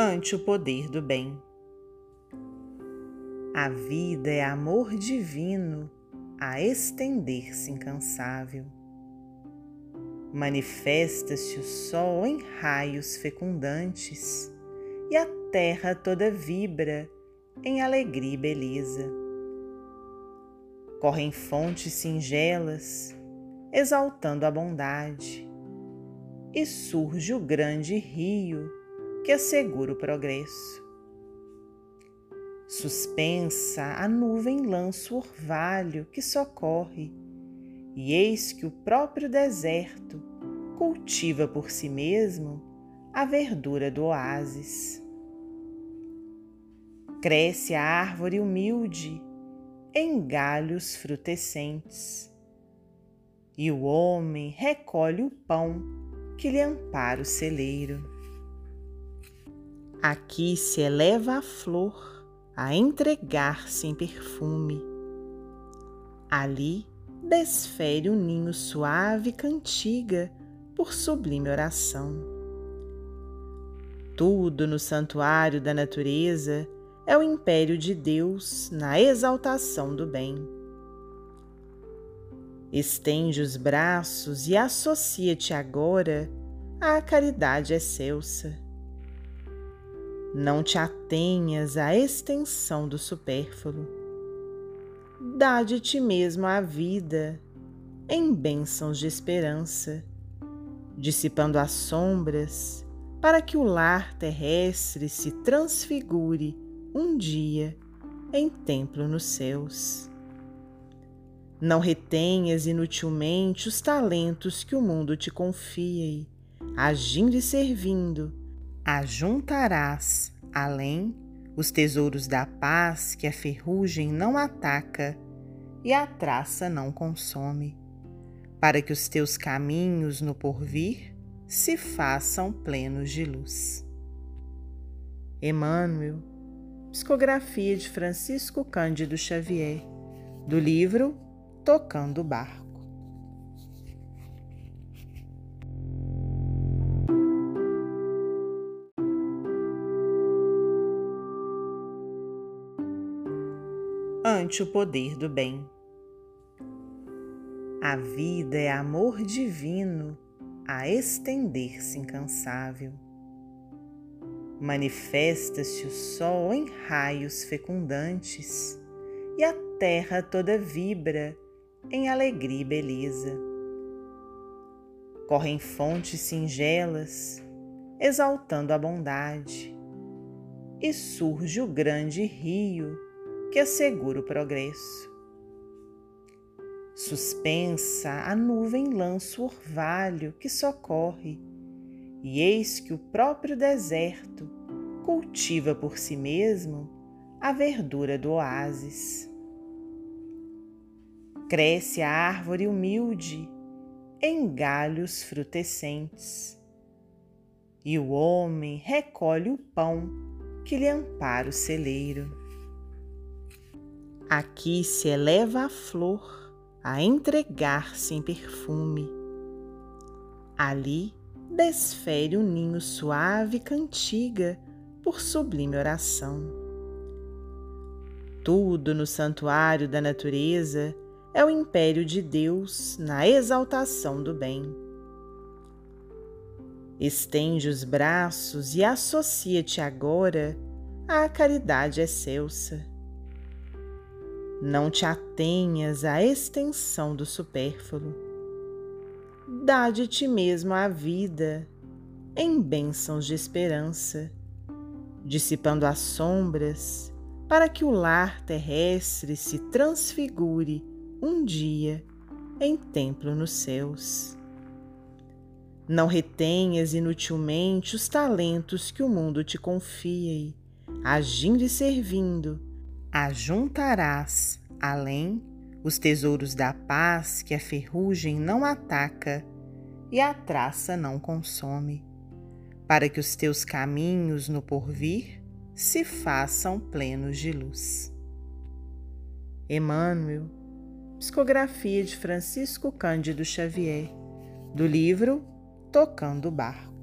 ante o poder do bem. A vida é amor divino a estender-se incansável. Manifesta-se o sol em raios fecundantes e a terra toda vibra em alegria e beleza. Correm fontes singelas, exaltando a bondade, e surge o grande rio que assegura o progresso. Suspensa a nuvem lança o orvalho que socorre, e eis que o próprio deserto cultiva por si mesmo a verdura do oásis. Cresce a árvore humilde em galhos frutescentes, e o homem recolhe o pão que lhe ampara o celeiro. Aqui se eleva a flor a entregar-se em perfume. Ali desfere o ninho suave cantiga por sublime oração. Tudo no santuário da natureza é o império de Deus na exaltação do bem. Estende os braços e associa-te agora à caridade excelsa. Não te atenhas à extensão do supérfluo. Dá de ti mesmo a vida em bênçãos de esperança, dissipando as sombras para que o lar terrestre se transfigure um dia em templo nos céus. Não retenhas inutilmente os talentos que o mundo te confia e, agindo e servindo, ajuntarás, além, os tesouros da paz que a ferrugem não ataca e a traça não consome, para que os teus caminhos no porvir se façam plenos de luz. Emmanuel, psicografia de Francisco Cândido Xavier, do livro Tocando o Barco. Ante o poder do bem. A vida é amor divino a estender-se incansável. Manifesta-se o sol em raios fecundantes e a terra toda vibra em alegria e beleza. Correm fontes singelas, exaltando a bondade, e surge o grande rio que assegura o progresso. Suspensa a nuvem lança o orvalho que socorre, e eis que o próprio deserto cultiva por si mesmo a verdura do oásis. Cresce a árvore humilde em galhos frutescentes, e o homem recolhe o pão que lhe ampara o celeiro. Aqui se eleva a flor a entregar-se em perfume. Ali desfere o ninho suave cantiga por sublime oração. Tudo no santuário da natureza é o império de Deus na exaltação do bem. Estende os braços e associa-te agora à caridade excelsa. Não te atenhas à extensão do supérfluo. Dá de ti mesmo a vida em bênçãos de esperança, dissipando as sombras para que o lar terrestre se transfigure um dia em templo nos céus. Não retenhas inutilmente os talentos que o mundo te confia e, agindo e servindo, ajuntarás, além, os tesouros da paz que a ferrugem não ataca e a traça não consome, para que os teus caminhos no porvir se façam plenos de luz. Emmanuel, psicografia de Francisco Cândido Xavier, do livro Tocando o Barco.